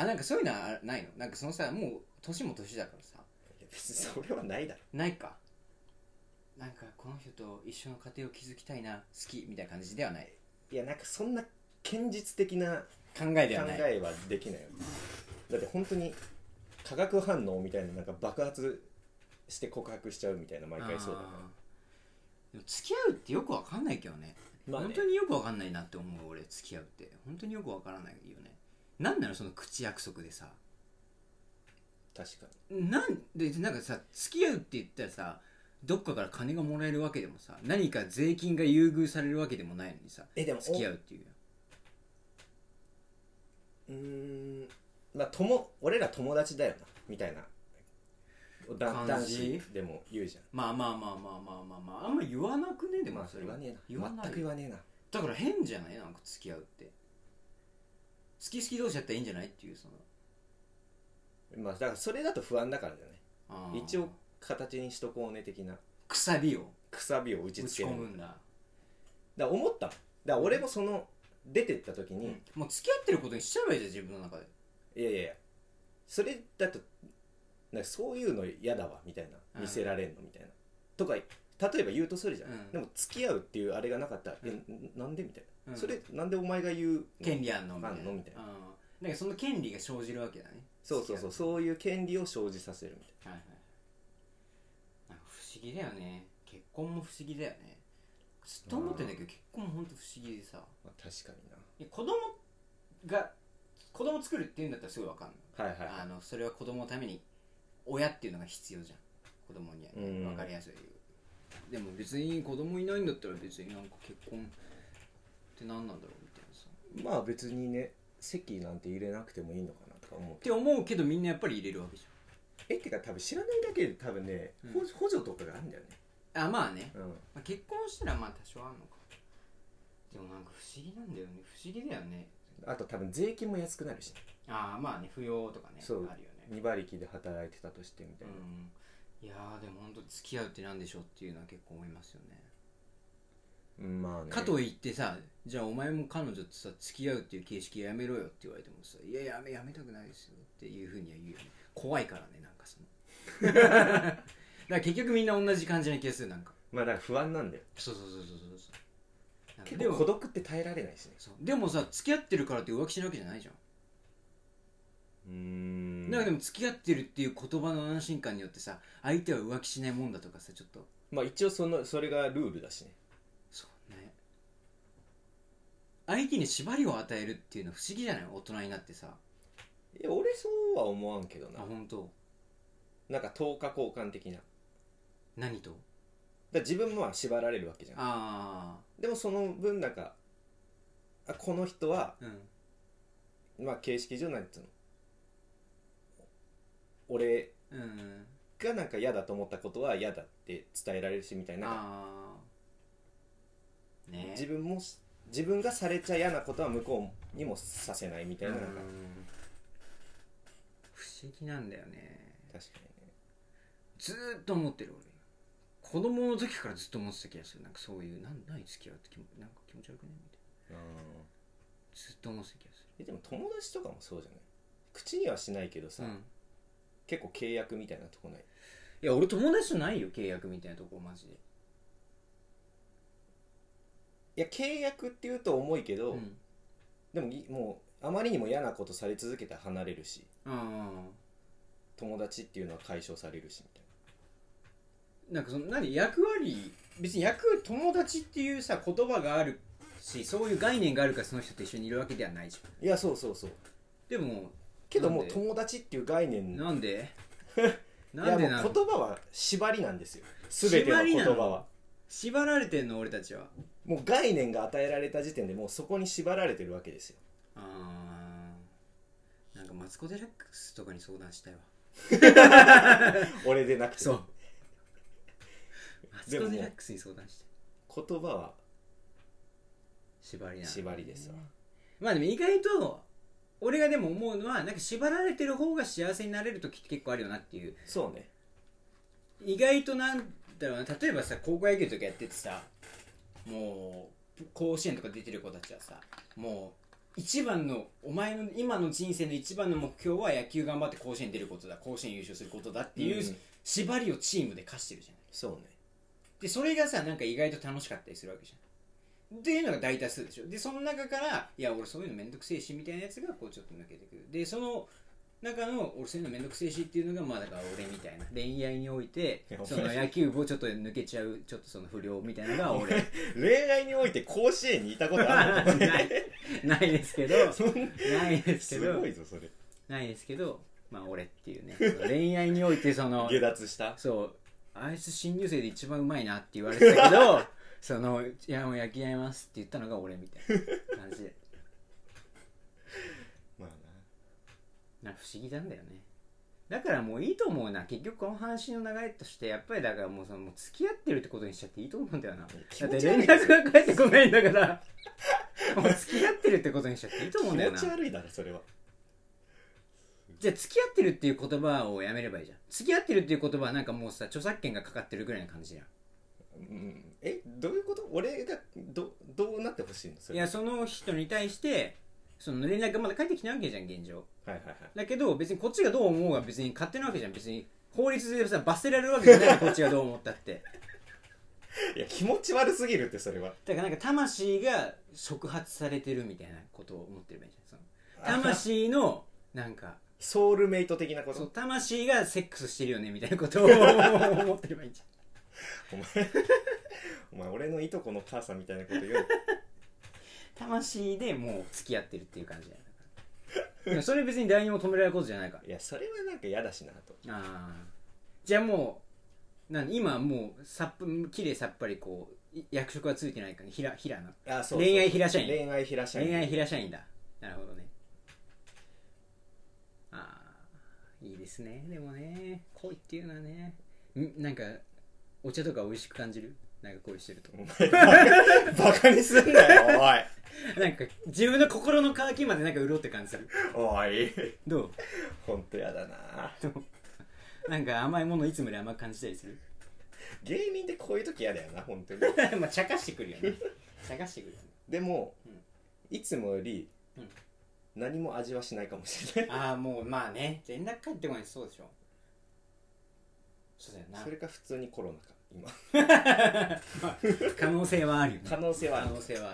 なんかそういうのはないの？なんかそのさ、もう年も年だからさ。 いや別にそれはないだろ。 ないか。なんかこの人と一緒の家庭を築きたいな、好きみたいな感じではない。 いやなんかそんな堅実的な考えではない。 考えはできないよ。だって本当に化学反応みたいな、なんか爆発して告白しちゃうみたいな、毎回そうだから。 でも付き合うってよくわかんないけどね。まあね、本当によくわかんないなって思う。俺付き合うって本当によくわからないよね。なんなのその口約束でさ。 確かに。 なんかさ、付き合うって言ったらさ、どっかから金がもらえるわけでもさ、何か税金が優遇されるわけでもないのにさ、 でも付き合うっていう。 まあ俺ら友達だよなみたいな男子でも言うじゃん。 まああんま言わなくね。でもまあそれ言わねえな。 全く言わねえな。 だから変じゃない？なんか付き合うって好き同士だったらいいんじゃないっていう、その。 まあだからそれだと不安だからじゃない。一応形にしとこうね的な。 くさびを打ちつける。 打ち込むんだ。 だから思ったもん。だから俺もその出てった時に、 もう付き合ってることにしちゃえばいいじゃん、自分の中で。 いやそれだとなんかそういうの嫌だわみたいな、見せられんのみたいなとか例えば言うとするじゃん、でも付き合うっていうあれがなかったら、なんでみたいな、それなんでお前が言う権利あんのみたいな。なんかその権利が生じるわけだね。 そういう権利を生じさせるみたいな。 なんか不思議だよね。結婚も不思議だよね。ずっと思ってんだけど結婚もほんと不思議でさ、 まあ、確かにな。 子供作るっていうんだったらすごいわかんない、それは子供のために親っていうのが必要じゃん、子供には分かりやすいでも別に子供いないんだったら別になんか結婚って何なんだろうみたいなさ。まあ別にね、籍なんて入れなくてもいいのかなとか思うって思うけど、みんなやっぱり入れるわけじゃん。てか多分知らないだけで多分ね、補助とかがあるんだよね。 まあね、まあ、結婚したらまあ多少あるのか。でもなんか不思議なんだよね。不思議だよね。 あと多分税金も安くなるしね。 まあね、扶養とかね、 そうあるよね。 2馬力で働いてたとしてみたいな。 いやでも本当付き合うってなんでしょうっていうのは結構思いますよね。 まあね。 かといってさ、じゃあお前も彼女とさ付き合うっていう形式やめろよって言われてもさ、いややめたくないですよっていうふうには言うよね。怖いからね、なんかそのだから結局みんな同じ感じな気がする。なんかまあだから不安なんだよ。 そう結構孤独って耐えられないしね。 でもさ、付き合ってるからって浮気しないわけじゃないじゃん。だからでも付き合ってるっていう言葉の安心感によってさ、相手は浮気しないもんだとかさ、ちょっとまあ一応それがルールだしね。 そうね。相手に縛りを与えるっていうのは不思議じゃない？大人になってさ。 いや俺そうは思わんけどな。 本当。 なんか10日交換的な。 何と？ だ自分も縛られるわけじゃん。でもその分なんかこの人は、まあ形式上なんつうの、俺がなんか嫌だと思ったことは嫌だって伝えられるしみたいな、ね、自分がされちゃ嫌なことは向こうにもさせないみたいな、なんか不思議なんだよね。 確かにね。 ずーっと思ってる俺。子供の時からずっと思ってた気がする。なんかそういう何付き合うってなんか気持ち悪くねみたいな。ずっと思ってた気がする。 でも友達とかもそうじゃない？口にはしないけどさ、 結構契約みたいなとこない？ いや俺友達とないよ契約みたいなとこマジで。 いや契約って言うと重いけど、でももうあまりにも嫌なことされ続けたら離れるし、友達っていうのは解消されるしみたいな。なんかその役割、別に友達っていうさ言葉があるし、そういう概念があるからその人と一緒にいるわけではないじゃん。 いやそうそうそう。 でもけどもう友達っていう概念なんでなんでいやもう言葉は縛りなんですよ。全ての言葉は縛られてんの俺たちは。 もう概念が与えられた時点でもうそこに縛られてるわけですよ。 なんかマツコ・デラックスとかに相談したいわ俺でなくて。 そうマツコ・デラックスに相談して言葉は縛りですわ。 まあでも意外と俺がでも思うのはなんか縛られてる方が幸せになれる時って結構あるよなっていう。 そうね。 意外となんだろうな、例えばさ高校野球とかやっててさ、もう甲子園とか出てる子たちはさ、もう一番のお前の今の人生の一番の目標は野球頑張って甲子園出ることだ、甲子園優勝することだっていう縛りをチームで課してるじゃない。 そうね。 でそれがさなんか意外と楽しかったりするわけじゃんっていうのが大多数でしょ。でその中からいや俺そういうのめんどくせえしみたいなやつがこうちょっと抜けてくる。でその中の俺そういうのめんどくせえしっていうのがまあだから俺みたいな恋愛においてその野球部をちょっと抜けちゃうちょっとその不良みたいなのが俺恋愛において甲子園にいたことあるのないですけどないですけどすごいぞそれ。 ないですけどまあ俺っていうね恋愛においてその下脱したそうあいつ新入生で一番うまいなって言われてたけどそのいやもう野球やりますって言ったのが俺みたいな感じでまあなんか不思議なんだよね。だからもういいと思うな。結局この話の流れとしてやっぱりだからもうそのもう付き合ってるってことにしちゃっていいと思うんだよな。だって連絡が返ってこないんだからもう付き合ってるってことにしちゃっていいと思うんだよな。 気持ち悪いだろそれは。 じゃあ付き合ってるっていう言葉をやめればいいじゃん。付き合ってるっていう言葉はなんかもうさ著作権がかかってるぐらいの感じじゃん。 どういうこと？俺がどうなってほしいのそれ？ いやその人に対してその連絡がまだ返ってきないわけじゃん現状。 はいはいはい。 だけど別にこっちがどう思うが別に勝手なわけじゃん。別に法律でさ罰せられるわけじゃないこっちがどう思ったっていや気持ち悪すぎるってそれは。 だからなんか魂が触発されてるみたいなことを思ってればいいじゃん。その魂のなんかソウルメイト的なこと。 そう魂がセックスしてるよねみたいなことを思ってればいいじゃんお前俺のいとこの母さんみたいなこと言う魂でもう付き合ってるっていう感じじゃない。それ別に誰にも止められることじゃないから。 いやそれはなんか嫌だしなと。 じゃあもう今もうきれいさっぱりこう役職はついてないからね。平なそう恋愛平社員。 恋愛平社員だ。なるほどね。いいですね。でもね恋っていうのはねなんかお茶とか美味しく感じる。なんか恋してるとバカにすんなよおいなんか自分の心の渇きまでなんか潤って感じする。 おいどう？ ほんとやだな。 なんか甘いものいつもより甘く感じたりする。 芸人ってこういう時嫌だよな本当にまあ茶化してくるよね。茶化してくるよね。 でも、いつもより何も味はしないかもしれない。 もうまあね連絡返ってこない。そうでしょ。そうだよな。 それか普通にコロナか今可能性はあるよね。 可能性はある。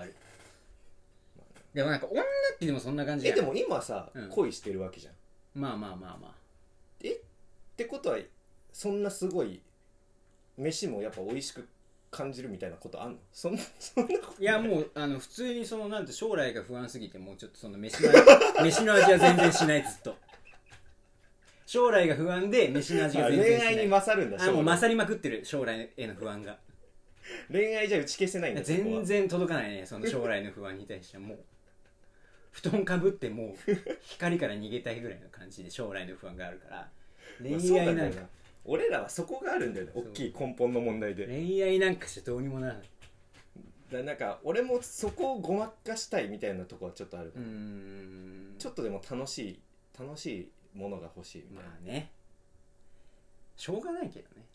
でもなんか女ってでもそんな感じやん。 でも今さ、恋してるわけじゃん。 まあってことはそんなすごい飯もやっぱ美味しく感じるみたいなことあんの？そんなこといやもう普通にそのなんて将来が不安すぎてもうちょっとその飯の味は全然しないずっと将来が不安で飯の味が全然しない。 恋愛に勝るんだ。 もう勝りまくってる将来への不安が。 恋愛じゃ打ち消せないんだ。 全然届かないねその将来の不安に対しては。もう布団かぶってもう光から逃げたいぐらいの感じで将来の不安があるから恋愛なんか、 俺らはそこがあるんだよね。大きい根本の問題で恋愛なんかしてどうにもならない。 なんか俺もそこをごまかしたいみたいなとこはちょっとある。ちょっとでも楽しいものが欲しいみたいな。 まあねしょうがないけどね。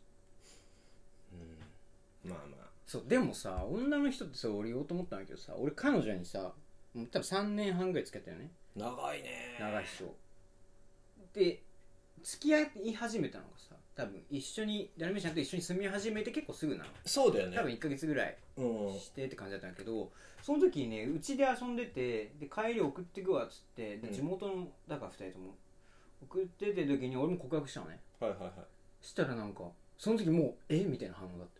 まあまあそうでもさ女の人ってさ俺言おうと思ったんだけどさ俺彼女にさ多分3年半ぐらい付き合ったよね。 長いね。 長いっしょ。で付き合い始めたのがさ多分一緒にダルメシャンと一緒に住み始めて結構すぐなの。 そうだよね。 多分1ヶ月ぐらいしてって感じだったんだけど、その時にねうちで遊んでてで帰り送ってくわっつってで地元のだから2人とも送ってて時に俺も告白したのね。 はいはいはい。 したらなんかその時もうみたいな反応だった。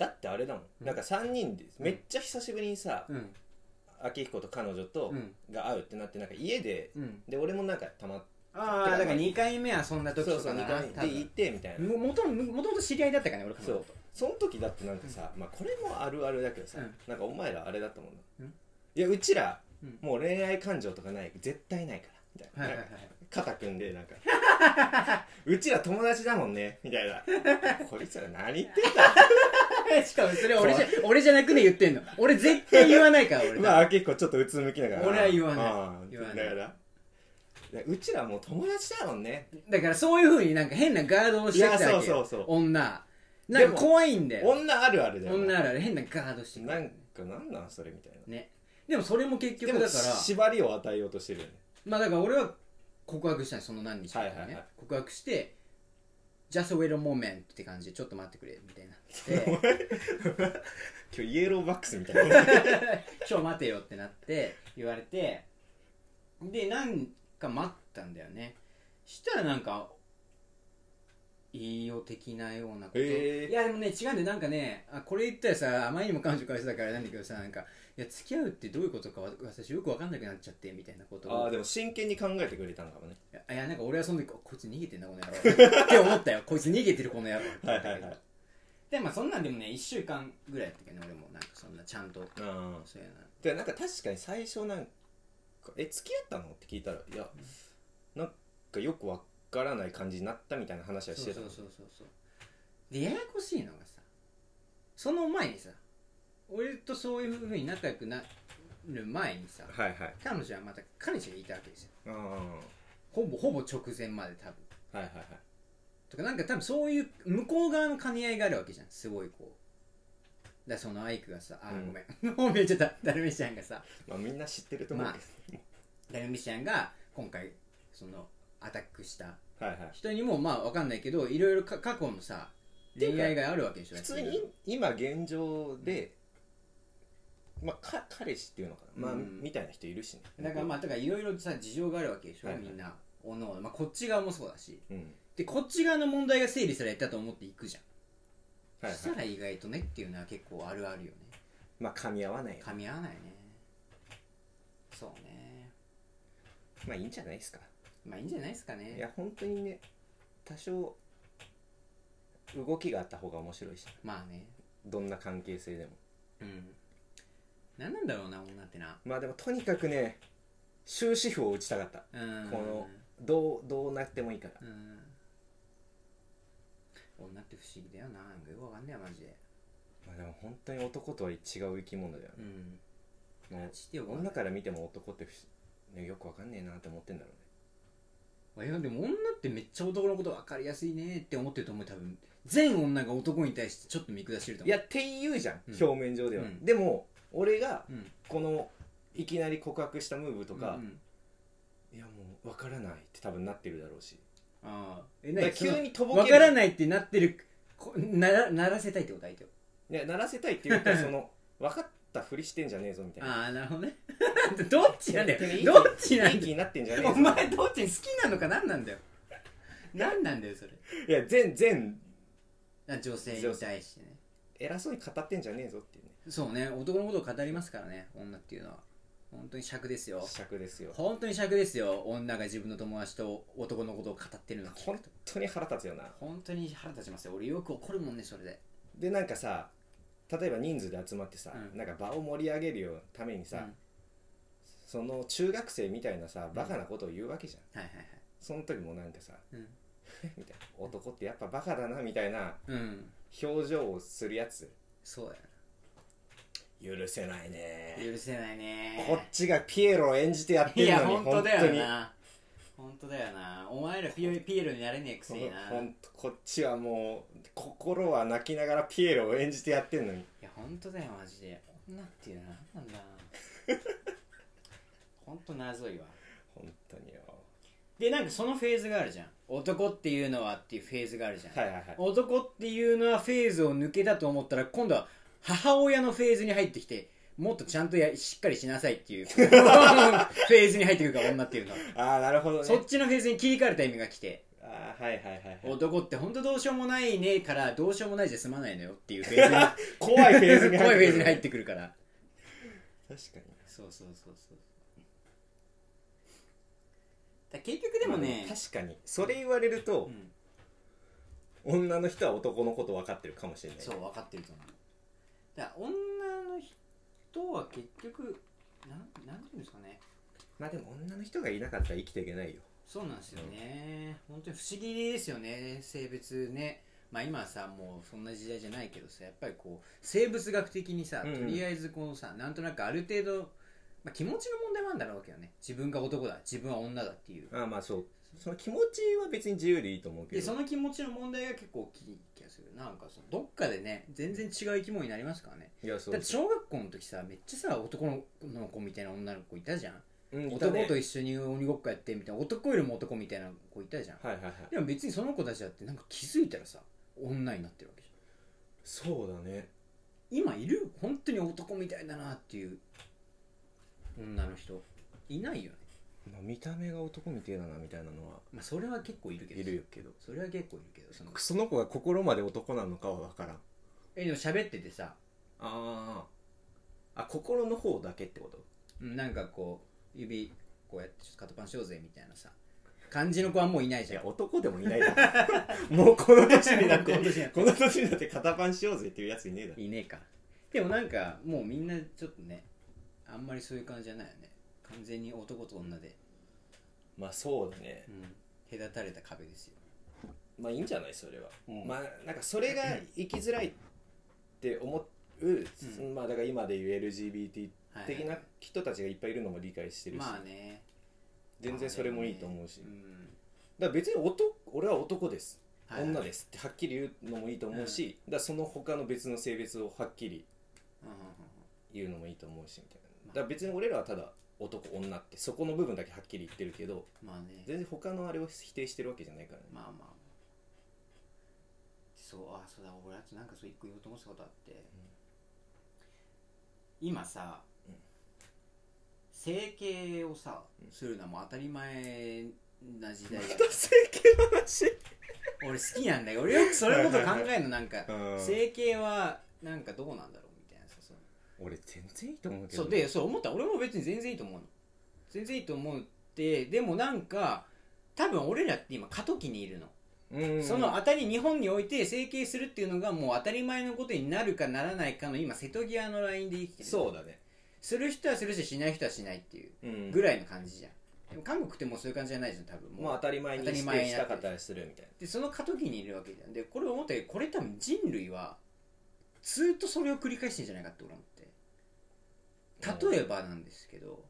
だってあれだもん、なんか3人でめっちゃ久しぶりにさ、明彦と彼女とが会うってなってなんか家で、で俺もなんかたまってああだから2回目遊んだ時とかな。 そうそう2回でいてみたいな。 もともと知り合いだったからね俺彼女と。 その時だってなんかさ、まあこれもあるあるだけどさ、なんかお前らあれだったもんな、いやうちら、もう恋愛感情とかない絶対ないからみたいな、肩組んでなんかうちら友達だもんねみたいなこいつら何言ってんだしかもそれ俺じゃなくね言ってんの。俺絶対言わないから俺。 まあ結構ちょっとうつむきながら俺は言わないだからうちらもう友達だもんね。 だからそういう風になんか変なガードをしてきたわけよ。女なんか怖いんだよ。 女あるあるだよ。 女あるある変なガードしてなんかなんなんそれみたいなね。でもそれも結局だから縛りを与えようとしてるよね。 まあだから俺は告白したいその何日かね、告白してJust wait a moment って感じでちょっと待ってくれみたいな今日イエローバックスみたいなちょ待てよってなって言われてでなんか待ったんだよね。したらなんかいいよ的なようなこと、いやでもね違うんでなんかねこれ言ったらさあまりにも彼女からしたからなんだけどさなんかいや付き合うってどういうことか私よく分かんなくなっちゃってみたいなことをでも真剣に考えてくれたんかもね。 いやなんか俺はその時こいつ逃げてんだこの野郎って思ったよ。こいつ逃げてるこの野郎って思ったけどでまあそんなんでもね1週間ぐらいやったけどね俺もなんかそんなちゃんとそういうのでなんか確かに最初なんか付き合ったのって聞いたらいやなんかよく分からない感じになったみたいな話はしてた。 そうでややこしいのがさその前にさ俺とそういう風に仲良くなる前にさ、彼女はまた彼氏がいたわけですよ。ほぼ直前まで多分とかなんか多分そういう向こう側の兼ね合いがあるわけじゃん。すごいこうだそのアイクがさごめんもうめっちゃったダルメシアンがさまあみんな知ってると思うんですけど、 ダルメシアンが今回そのアタックした人にもまあ分かんないけどいろいろ過去のさ恋愛があるわけでしょ。 普通に今現状で、まあ彼氏っていうのかな、まあみたいな人いるしね。 だからまあだからいろいろさ事情があるわけでしょ、みんなおのおの、まあ、こっち側もそうだし、でこっち側の問題が整理されたと思っていくじゃん。そしたら意外とねっていうのは結構あるあるよね。 まあ噛み合わない噛み合わないね。そうね。 まあいいんじゃないですか。 まあいいんじゃないですかね。 いや本当にね多少動きがあった方が面白いし、 まあねどんな関係性でも何なんだろうな女ってな。 まあでもとにかくね終止符を打ちたかった。このどうなってもいいから。 女って不思議だよな。なんかよくわかんねえよマジで。 まあでも本当に男とは違う生き物だよね。もう女から見ても男ってね、よくわかんねえなって思ってんだろうね。いやでも女ってめっちゃ男のこと分かりやすいねって思ってると思う。多分全女が男に対してちょっと見下してると思う。 いやって言うじゃん、表面上では、でも俺がこのいきなり告白したムーブとか、いやもう分からないって多分なってるだろうし、急にとぼける分からないってなってるならせたいってこと相手を。いやならせたいっていうかその分かったふりしてんじゃねえぞみたいな。 なるほどねどっちなんだよ。どっちなんだよ。いい気になってんじゃねえぞ。 お前どっちに好きなのか何なんだよ何なんだよそれ。 いや全女性に対してね偉そうに語ってんじゃねえぞっていうね。 そうね、男のことを語りますからね女っていうのは。本当に尺ですよ。 尺ですよ。 本当に尺ですよ。女が自分の友達と男のことを語ってるの。 本当に腹立つよな。 本当に腹立ちますよ。俺よく怒るもんねそれで。 でなんかさ例えば人数で集まってさ、なんか場を盛り上げるようなためにさ、その中学生みたいなさバカなことを言うわけじゃん。その時もなんかさ、みたいな男ってやっぱバカだなみたいな表情をするやつ。 そうだよ。 許せないね。 許せないね。 こっちがピエロを演じてやってるのに。いや本当だよな。本当だよな。お前らピエロになれねえくせにな。 こっちはもう心は泣きながらピエロを演じてやってんのに。いや本当だよマジで。女っていうのは何なんだ本当謎いわ。 本当によ。 でなんかそのフェーズがあるじゃん、男っていうのはっていうフェーズがあるじゃん、 はいはいはい、 男っていうのはフェーズを抜けたと思ったら今度は母親のフェーズに入ってきて、もっとちゃんとしっかりしなさいっていうフェーズに入ってくるから女っていうのは。 ああなるほどね。 そっちのフェーズに切り替わるタイミングが来て、 ああはいはいはい、はい、 男って本当どうしようもないねからどうしようもないじゃ済まないのよっていうフェーズに怖いフェーズに怖いフェーズに入ってくるから。 確かに。 そうそうそうそう。だ結局でもね、 確かにそれ言われると、女の人は男のこと分かってるかもしれない。 そう分かってると思う。だから女の人は結局なんていうんですかね、 まあでも女の人がいなかったら生きていけないよ。 そうなんですよね、本当に不思議ですよね、性別ね。まあ今はさもうそんな時代じゃないけどさ、やっぱりこう生物学的にさ、とりあえずこのさなんとなくある程度、まあ、気持ちの問題もあるんだろうけどね、自分が男だ自分は女だっていう、 ああまあそう、その気持ちは別に自由でいいと思うけど、 でその気持ちの問題が結構大きい気がする。なんかそのどっかでね全然違う生き物になりますからね。 いやそうだって小学校の時さめっちゃさ男の子みたいな女の子いたじゃん、 ね、 男と一緒に鬼ごっこやってみたいな、男よりも男みたいな子いたじゃん、 はいはいはい。 でも別にその子たちだってなんか気づいたらさ女になってるわけじゃん。そうだね。 今いる本当に男みたいだなっていう女の人いないよね。 まあ、見た目が男みたいだなみたいなのは、 まあそれは結構いるけど、 いるけど、 それは結構いるけど、 その子が心まで男なのかは分からん。 でも喋っててさ、 あ心の方だけってこと。 なんかこう指こうやってちょっと肩パンしようぜみたいなさ感じの子はもういないじゃん。 いや男でもいないだろもうこの年になってこの年になって肩パンしようぜっていうやついねえだろ。 いねえか。でもなんかもうみんなちょっとねあんまりそういう感じじゃないよね、完全に男と女で、 まあそうだね、 隔たれた壁ですよ。 まあいいんじゃないそれは、まあなんかそれが生きづらいって思う、まあだから今でいう LGBT 的な人たちがいっぱいいるのも理解してるし、 まあね全然それもいいと思うし、だから別に俺は男です、女ですってはっきり言うのもいいと思うし、だからその他の別の性別をはっきり言うのもいいと思うしみたいな。だから別に俺らはただ男女ってそこの部分だけはっきり言ってるけど、 まあね、 全然他のあれを否定してるわけじゃないからね。 まあまあそうだ、俺あとなんかそう一個言おうと思ったことあって、今さ、整形をさ、するのはもう当たり前な時代だ。 また整形の話俺好きなんだよ。俺よくそれのこと考えるの、なんか整形はなんかどうなんだろうみたいなさ。 俺全然いいと思うけど、 そう思った。俺も別に全然いいと思うの。全然いいと思うって、でもなんか多分俺らって今過渡期にいるの。その日本において整形するっていうのがもう当たり前のことになるかならないかの今瀬戸際のラインで生きてる。 そうだね。 する人はするししない人はしないっていうぐらいの感じじゃん。でも韓国ってもうそういう感じじゃないじゃん多分。 もう当たり前にしたかったりするみたいな。 でその過渡期にいるわけじゃん。でこれ思ったけど、これ多分人類はずっとそれを繰り返してんじゃないかって俺思って。例えばなんですけど、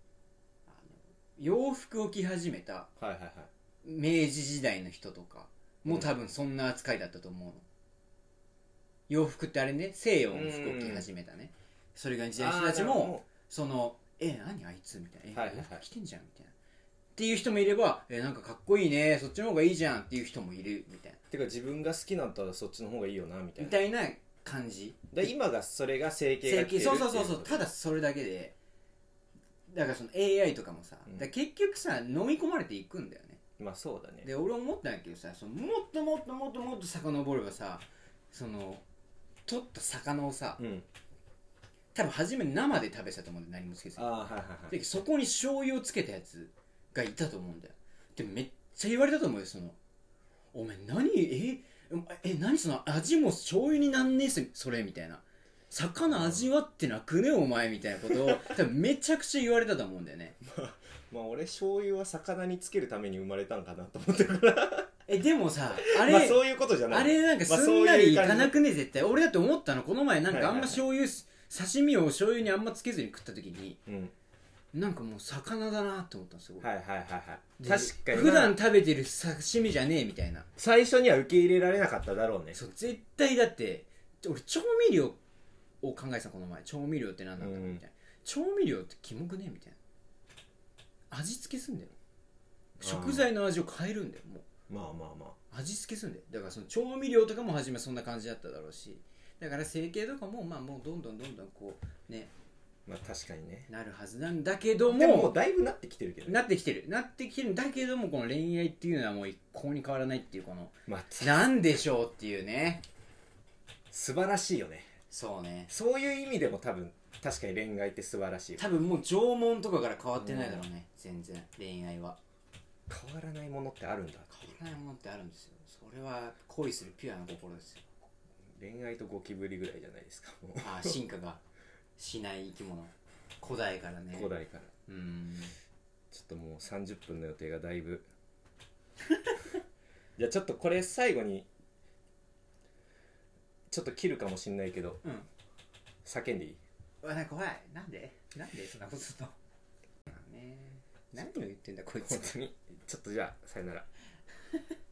洋服を着始めた明治時代の人とかもう多分そんな扱いだったと思うの。洋服ってあれね、西洋の服を着始めたね、それが時代の人たちもその何あいつみたいな、洋服着てんじゃんみたいなっていう人もいれば、なんかかっこいいね、そっちの方がいいじゃんっていう人もいるみたいな。 てか自分が好きなんだったらそっちの方がいいよなみたいな感じで、今がそれが整形が来てるっていう。 そうただそれだけで、だからその AI とかもさ、だ結局さ飲み込まれていくんだよね。 まあそうだね。 で俺思ったんだけどさ、そのもっともっともっともっと遡ればさ、その取った魚をさ、多分初め生で食べてたと思うんだよ、何もつけずに。でそこに醤油をつけたやつがいたと思うんだよ。でめっちゃ言われたと思うよ、そのお前何その味も醤油になんねえそれみたいな、魚味わってなくねお前みたいなことを多分めちゃくちゃ言われたと思うんだよね。 まあ俺醤油は魚につけるために生まれたんかなと思ってるからでもさあれ、 まあそういうことじゃない、 あれなんかすんなりいかなくね絶対。俺だって思ったの、この前なんかあんま醤油、刺身を醤油にあんまつけずに食った時に、なんかもう魚だなって思ったんですよ。 確かに普段食べてる刺身じゃねえみたいな。 最初には受け入れられなかっただろうね。 そう絶対。だって俺調味料を考えてた、この前。調味料って何なんだろうみたいな、調味料ってキモくねみたいな。味付けすんだよ。 食材の味を変えるんだよ。もうまあまあまあ味付けするんだよ。だからその調味料とかも初めそんな感じだっただろうし、だから成形とかもまあもうどんどんこうね、 まあ確かにね、 なるはずなんだけども、 でももうだいぶなってきてるけどね。 なってきてるんだけども、この恋愛っていうのはもう一向に変わらないっていう、このまあなんでしょうっていうね。 素晴らしいよね。 そうね、 そういう意味でも多分確かに恋愛って素晴らしい。 多分もう縄文とかから変わってないだろうね、全然恋愛は変わらないものってあるんだ。 変わらないものってあるんですよ。それは恋するピュアな心ですよ。 恋愛とゴキブリぐらいじゃないですか。もうああ、進化がしない生き物、古代からね。 古代から。ちょっともう30分の予定がだいぶじゃあちょっとこれ最後にちょっと切るかもしんないけど、叫んでいい？ うわ、なんか怖い。なんでそんなことするのね。何を言ってんだこいつ。 本当にちょっとじゃあさよなら